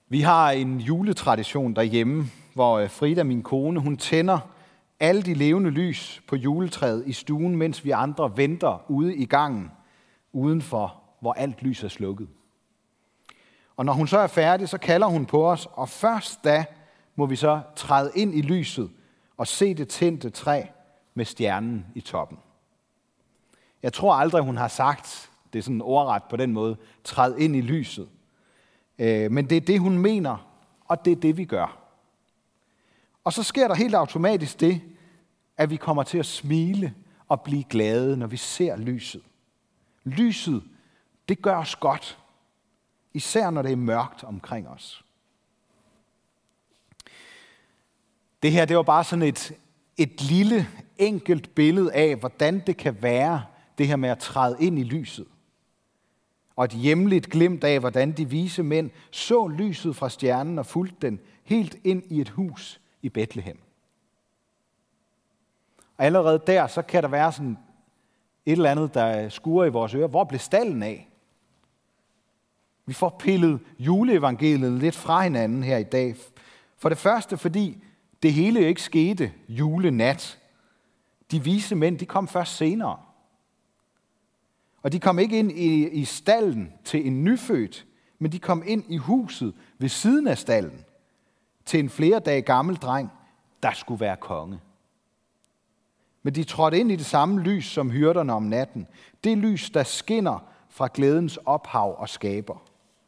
Vi har en juletradition derhjemme, hvor Frida, min kone, hun tænder alle de levende lys på juletræet i stuen, mens vi andre venter ude i gangen udenfor, hvor alt lys er slukket. Og når hun så er færdig, så kalder hun på os, og først da må vi så træde ind i lyset og se det tændte træ med stjernen i toppen. Jeg tror aldrig, hun har sagt, det er sådan ordret på den måde, træd ind i lyset. Men det er det, hun mener, og det er det, vi gør. Og så sker der helt automatisk det, at vi kommer til at smile og blive glade, når vi ser lyset. Lyset, det gør os godt, især når det er mørkt omkring os. Det her, det var bare sådan et lille, enkelt billede af, hvordan det kan være, det her med at træde ind i lyset. Og et hjemligt glimt af, hvordan de vise mænd så lyset fra stjernen og fulgte den helt ind i et hus i Betlehem. Og allerede der, så kan der være sådan et eller andet, der skurer i vores ører. Hvor blev stalden af? Vi får pillet juleevangeliet lidt fra hinanden her i dag. For det første, fordi det hele jo ikke skete julenat. De vise mænd, de kom først senere. Og de kom ikke ind i stalden til en nyfødt, men de kom ind i huset ved siden af stalden til en flere dage gammel dreng, der skulle være konge. Men de trådte ind i det samme lys som hyrderne om natten. Det lys, der skinner fra glædens ophav og skaber.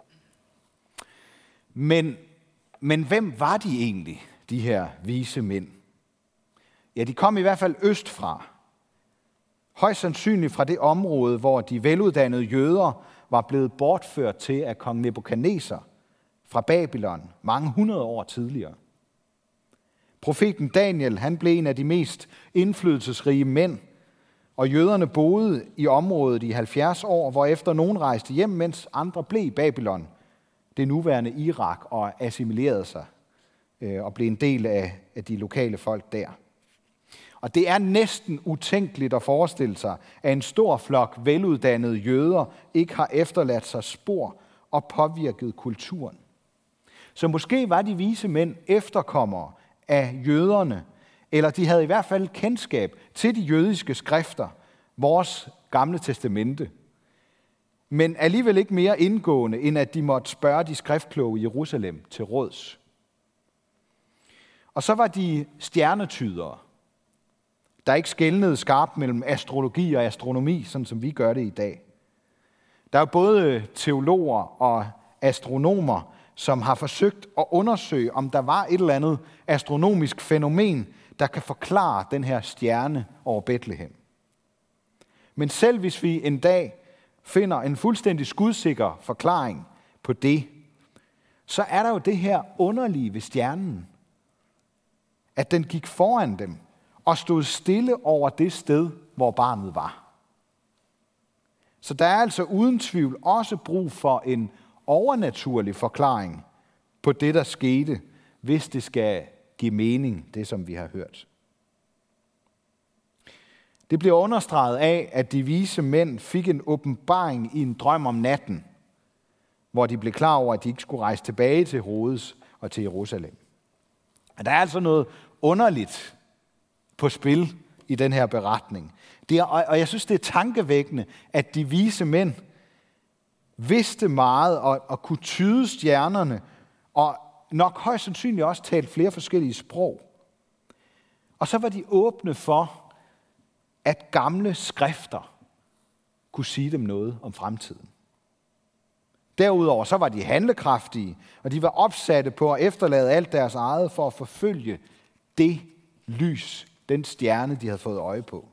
Men hvem var de egentlig, de her vise mænd? Ja, de kom i hvert fald østfra. Højst sandsynligt fra det område, hvor de veluddannede jøder var blevet bortført til af kong Nebukadneser fra Babylon mange hundrede år tidligere. Profeten Daniel, han blev en af de mest indflydelsesrige mænd, og jøderne boede i området i 70 år, hvorefter nogen rejste hjem, mens andre blev i Babylon, det nuværende Irak, og assimilerede sig og blev en del af de lokale folk der. Og det er næsten utænkeligt at forestille sig, at en stor flok veluddannede jøder ikke har efterladt sig spor og påvirket kulturen. Så måske var de vise mænd efterkommere af jøderne, eller de havde i hvert fald kendskab til de jødiske skrifter, vores gamle testamente, men alligevel ikke mere indgående, end at de måtte spørge de skriftkloge i Jerusalem til råds. Og så var de stjernetydere, der ikke skelnede skarpt mellem astrologi og astronomi, sådan som vi gør det i dag. Der er jo både teologer og astronomer, som har forsøgt at undersøge, om der var et eller andet astronomisk fænomen, der kan forklare den her stjerne over Betlehem. Men selv hvis vi en dag finder en fuldstændig skudsikker forklaring på det, så er der jo det her underlige ved stjernen, at den gik foran dem og stod stille over det sted, hvor barnet var. Så der er altså uden tvivl også brug for en overnaturlig forklaring på det, der skete, hvis det skal give mening, det som vi har hørt. Det bliver understreget af, at de vise mænd fik en åbenbaring i en drøm om natten, hvor de blev klar over, at de ikke skulle rejse tilbage til Herodes og til Jerusalem. Der er altså noget underligt på spil i den her beretning. Og jeg synes, det er tankevækkende, at de vise mænd vidste meget og kunne tyde stjernerne, og nok højst sandsynligt også talt flere forskellige sprog. Og så var de åbne for, at gamle skrifter kunne sige dem noget om fremtiden. Derudover så var de handlekraftige, og de var opsatte på at efterlade alt deres eget for at forfølge det lys, den stjerne, de havde fået øje på.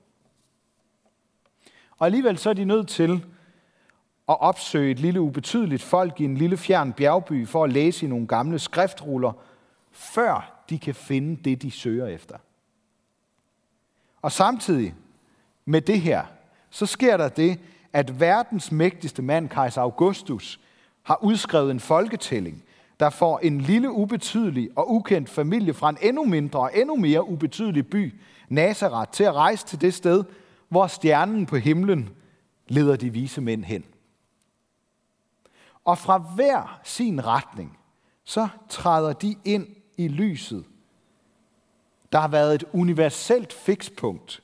Og alligevel så er de nødt til at opsøge et lille ubetydeligt folk i en lille fjern bjergby for at læse i nogle gamle skriftruller, før de kan finde det, de søger efter. Og samtidig med det her, så sker der det, at verdens mægtigste mand, kejser Augustus, har udskrevet en folketælling, der får en lille ubetydelig og ukendt familie fra en endnu mindre og endnu mere ubetydelig by, Nazareth, til at rejse til det sted, hvor stjernen på himlen leder de vise mænd hen. Og fra hver sin retning, så træder de ind i lyset. Der har været et universelt fikspunkt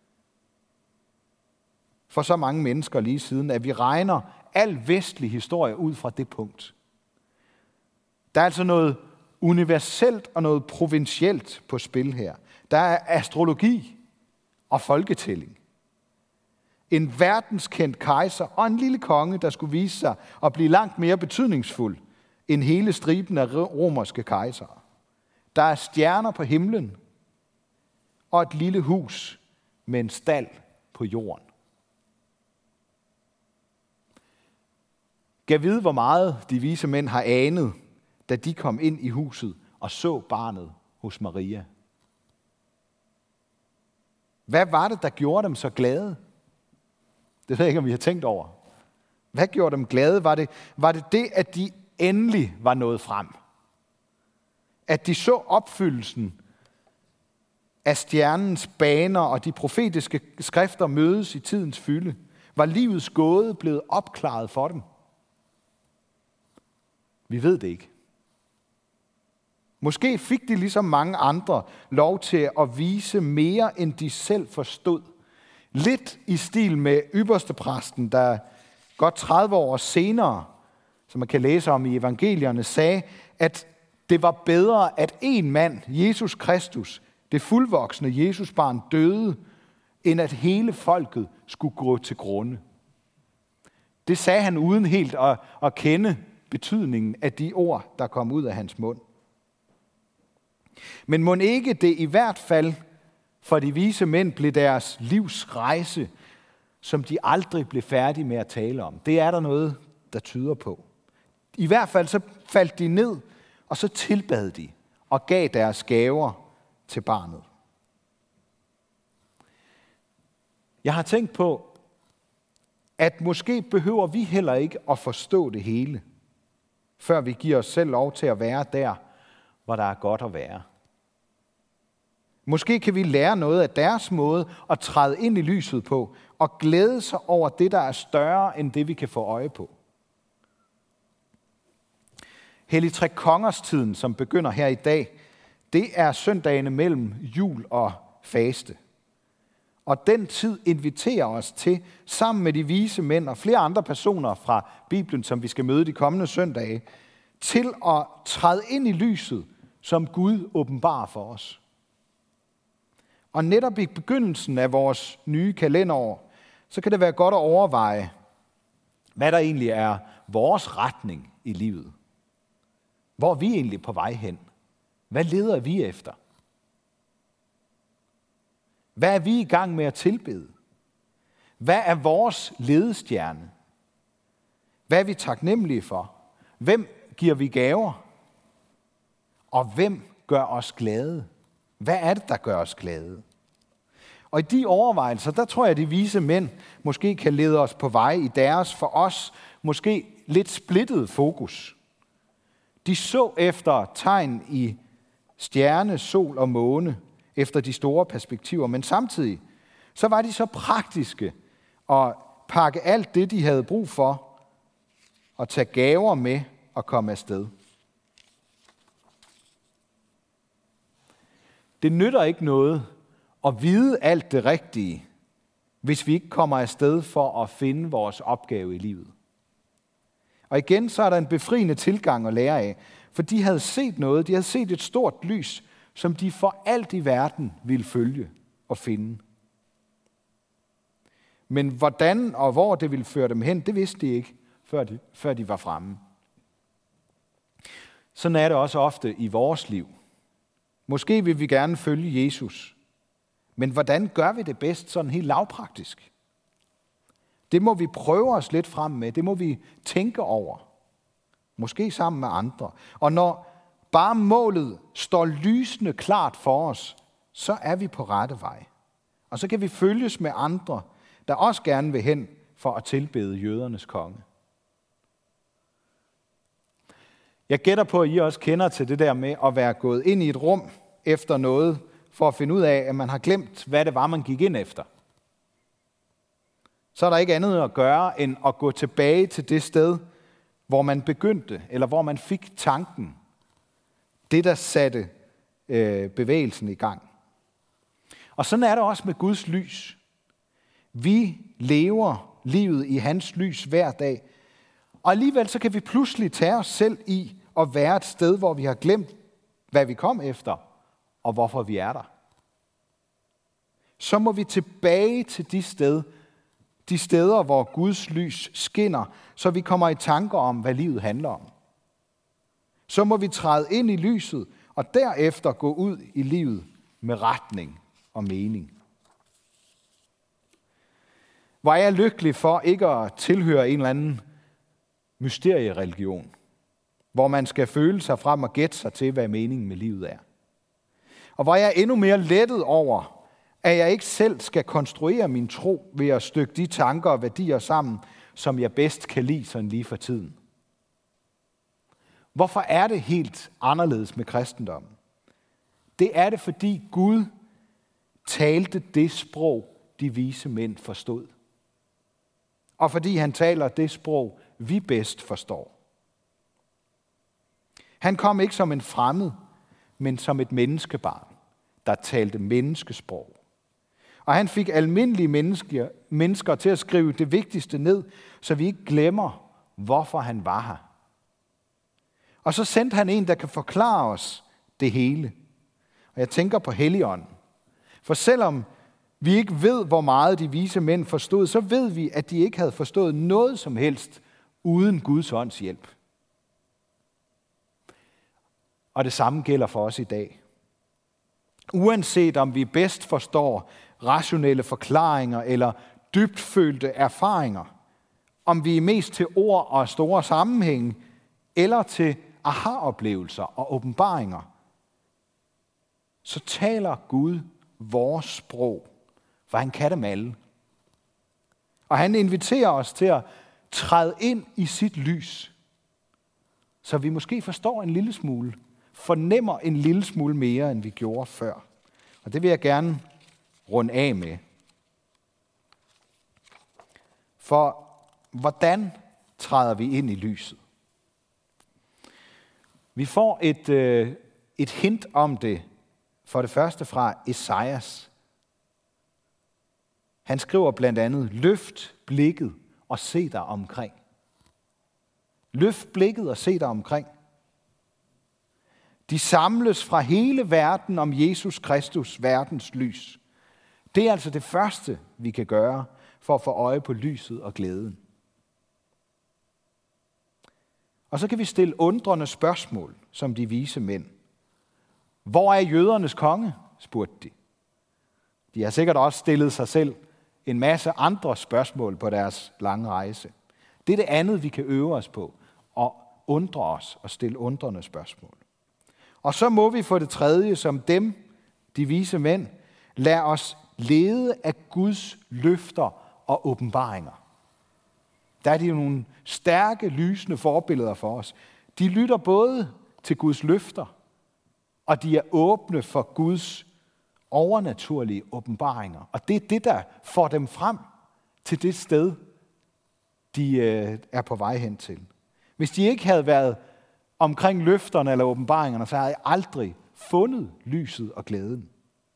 for så mange mennesker lige siden, at vi regner al vestlig historie ud fra det punkt. Der er altså noget universelt og noget provinsielt på spil her. Der er astrologi og folketælling. En verdenskendt kejser og en lille konge, der skulle vise sig at blive langt mere betydningsfuld end hele striben af romerske kejsere. Der er stjerner på himlen og et lille hus med en stald på jorden. Gav vide, hvor meget de vise mænd har anet, da de kom ind i huset og så barnet hos Maria. Hvad var det, der gjorde dem så glade? Det ved jeg ikke, om vi har tænkt over. Hvad gjorde dem glade? Var det, at de endelig var nået frem? At de så opfyldelsen af stjernens baner og de profetiske skrifter mødes i tidens fylde? Var livets gåde blevet opklaret for dem? Vi ved det ikke. Måske fik de ligesom mange andre lov til at vise mere, end de selv forstod. Lidt i stil med ypperstepræsten, der godt 30 år senere, som man kan læse om i evangelierne, sagde, at det var bedre, at en mand, Jesus Kristus, det fuldvoksne Jesusbarn, døde, end at hele folket skulle gå til grunde. Det sagde han uden helt at kende betydningen af de ord, der kom ud af hans mund. Men mon ikke det i hvert fald for de vise mænd blev deres livs rejse, som de aldrig blev færdige med at tale om. Det er der noget, der tyder på. I hvert fald så faldt de ned, og så tilbad de og gav deres gaver til barnet. Jeg har tænkt på, at måske behøver vi heller ikke at forstå det hele, før vi giver os selv lov til at være der, hvor der er godt at være. Måske kan vi lære noget af deres måde at træde ind i lyset på, og glæde sig over det, der er større end det, vi kan få øje på. Helligtrekongers-tiden, som begynder her i dag, det er søndagene mellem jul og faste. Og den tid inviterer os til, sammen med de vise mænd og flere andre personer fra Bibelen, som vi skal møde de kommende søndage, til at træde ind i lyset, som Gud åbenbarer for os. Og netop i begyndelsen af vores nye kalenderår, så kan det være godt at overveje, hvad der egentlig er vores retning i livet. Hvor er vi egentlig på vej hen? Hvad leder vi efter? Hvad er vi i gang med at tilbede? Hvad er vores ledestjerne? Hvad er vi taknemmelige for? Hvem giver vi gaver? Og hvem gør os glade? Hvad er det, der gør os glade? Og i de overvejelser, der tror jeg, at de vise mænd måske kan lede os på vej i deres for os måske lidt splittede fokus. De så efter tegn i stjerne, sol og måne, efter de store perspektiver, men samtidig så var de så praktiske at pakke alt det, de havde brug for, og tage gaver med og komme afsted. Det nytter ikke noget at vide alt det rigtige, hvis vi ikke kommer afsted for at finde vores opgave i livet. Og igen, så er der en befriende tilgang at lære af, for de havde set noget, de havde set et stort lys, som de for alt i verden ville følge og finde. Men hvordan og hvor det ville føre dem hen, det vidste de ikke, før de var fremme. Sådan er det også ofte i vores liv. Måske vil vi gerne følge Jesus, men hvordan gør vi det bedst sådan helt lavpraktisk? Det må vi prøve os lidt frem med, det må vi tænke over. Måske sammen med andre. Og når bare målet står lysende klart for os, så er vi på rette vej. Og så kan vi følges med andre, der også gerne vil hen for at tilbede jødernes konge. Jeg gætter på, at I også kender til det der med at være gået ind i et rum efter noget, for at finde ud af, at man har glemt, hvad det var, man gik ind efter. Så er der ikke andet at gøre, end at gå tilbage til det sted, hvor man begyndte, eller hvor man fik tanken Det, der satte bevægelsen i gang. Og sådan er det også med Guds lys. Vi lever livet i hans lys hver dag. Og alligevel så kan vi pludselig tage os selv i at være et sted, hvor vi har glemt, hvad vi kom efter, og hvorfor vi er der. Så må vi tilbage til de steder, hvor Guds lys skinner, så vi kommer i tanker om, hvad livet handler om. Så må vi træde ind i lyset, og derefter gå ud i livet med retning og mening. Hvor er jeg lykkelig for ikke at tilhøre en eller anden mysteriereligion, hvor man skal føle sig frem og gætte sig til, hvad meningen med livet er. Og hvor jeg er endnu mere lettet over, at jeg ikke selv skal konstruere min tro ved at stykke de tanker og værdier sammen, som jeg bedst kan lide sådan lige for tiden. Hvorfor er det helt anderledes med kristendommen? Det er det, fordi Gud talte det sprog, de vise mænd forstod. Og fordi han taler det sprog, vi bedst forstår. Han kom ikke som en fremmed, men som et menneskebarn, der talte menneskesprog. Og han fik almindelige mennesker til at skrive det vigtigste ned, så vi ikke glemmer, hvorfor han var her. Og så sendte han en, der kan forklare os det hele. Og jeg tænker på Helligånden. For selvom vi ikke ved, hvor meget de vise mænd forstod, så ved vi, at de ikke havde forstået noget som helst uden Guds ånds hjælp. Og det samme gælder for os i dag. Uanset om vi bedst forstår rationelle forklaringer eller dybtfølte erfaringer, om vi er mest til ord og store sammenhænge, eller til aha-oplevelser og åbenbaringer, så taler Gud vores sprog, for han kan dem alle. Og han inviterer os til at træde ind i sit lys, så vi måske forstår en lille smule, fornemmer en lille smule mere, end vi gjorde før. Og det vil jeg gerne runde af med. For hvordan træder vi ind i lyset? Vi får et hint om det, for det første fra Esajas. Han skriver blandt andet, løft blikket og se dig omkring. Løft blikket og se dig omkring. De samles fra hele verden om Jesus Kristus, verdens lys. Det er altså det første, vi kan gøre for at få øje på lyset og glæden. Og så kan vi stille undrende spørgsmål, som de vise mænd. Hvor er jødernes konge? Spurgte de. De har sikkert også stillet sig selv en masse andre spørgsmål på deres lange rejse. Det er det andet, vi kan øve os på, og undre os og stille undrende spørgsmål. Og så må vi for det tredje, som dem, de vise mænd, lade os lede af Guds løfter og åbenbaringer. Der er de nogle stærke, lysende forbilleder for os. De lytter både til Guds løfter, og de er åbne for Guds overnaturlige åbenbaringer. Og det er det, der får dem frem til det sted, de er på vej hen til. Hvis de ikke havde været omkring løfterne eller åbenbaringerne, så havde jeg aldrig fundet lyset og glæden.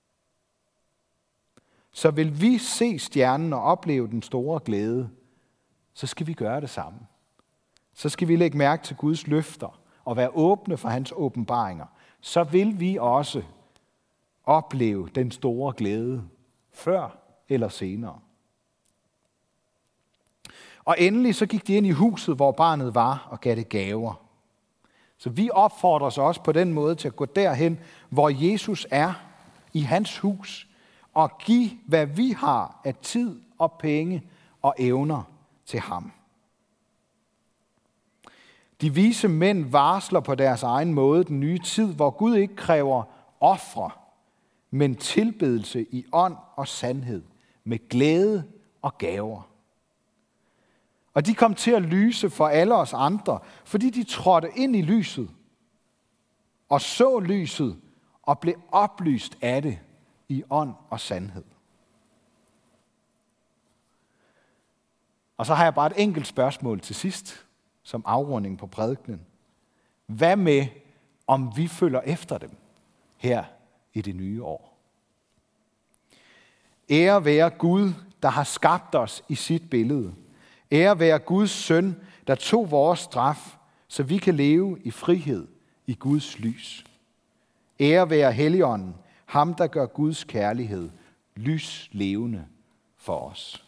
Så vil vi se stjernen og opleve den store glæde, så skal vi gøre det samme. Så skal vi lægge mærke til Guds løfter og være åbne for hans åbenbaringer. Så vil vi også opleve den store glæde før eller senere. Og endelig så gik de ind i huset, hvor barnet var, og gav det gaver. Så vi opfordrer os også på den måde til at gå derhen, hvor Jesus er, i hans hus, og give, hvad vi har af tid og penge og evner til ham. De vise mænd varsler på deres egen måde den nye tid, hvor Gud ikke kræver ofre, men tilbedelse i ånd og sandhed, med glæde og gaver. Og de kom til at lyse for alle os andre, fordi de trådte ind i lyset, og så lyset, og blev oplyst af det i ånd og sandhed. Og så har jeg bare et enkelt spørgsmål til sidst, som afrunding på prædikenen. Hvad med, om vi følger efter dem her i det nye år. Ære være Gud, der har skabt os i sit billede. Ære være Guds søn, der tog vores straf, så vi kan leve i frihed i Guds lys. Ære være Helligånden, ham der gør Guds kærlighed lyslevende for os.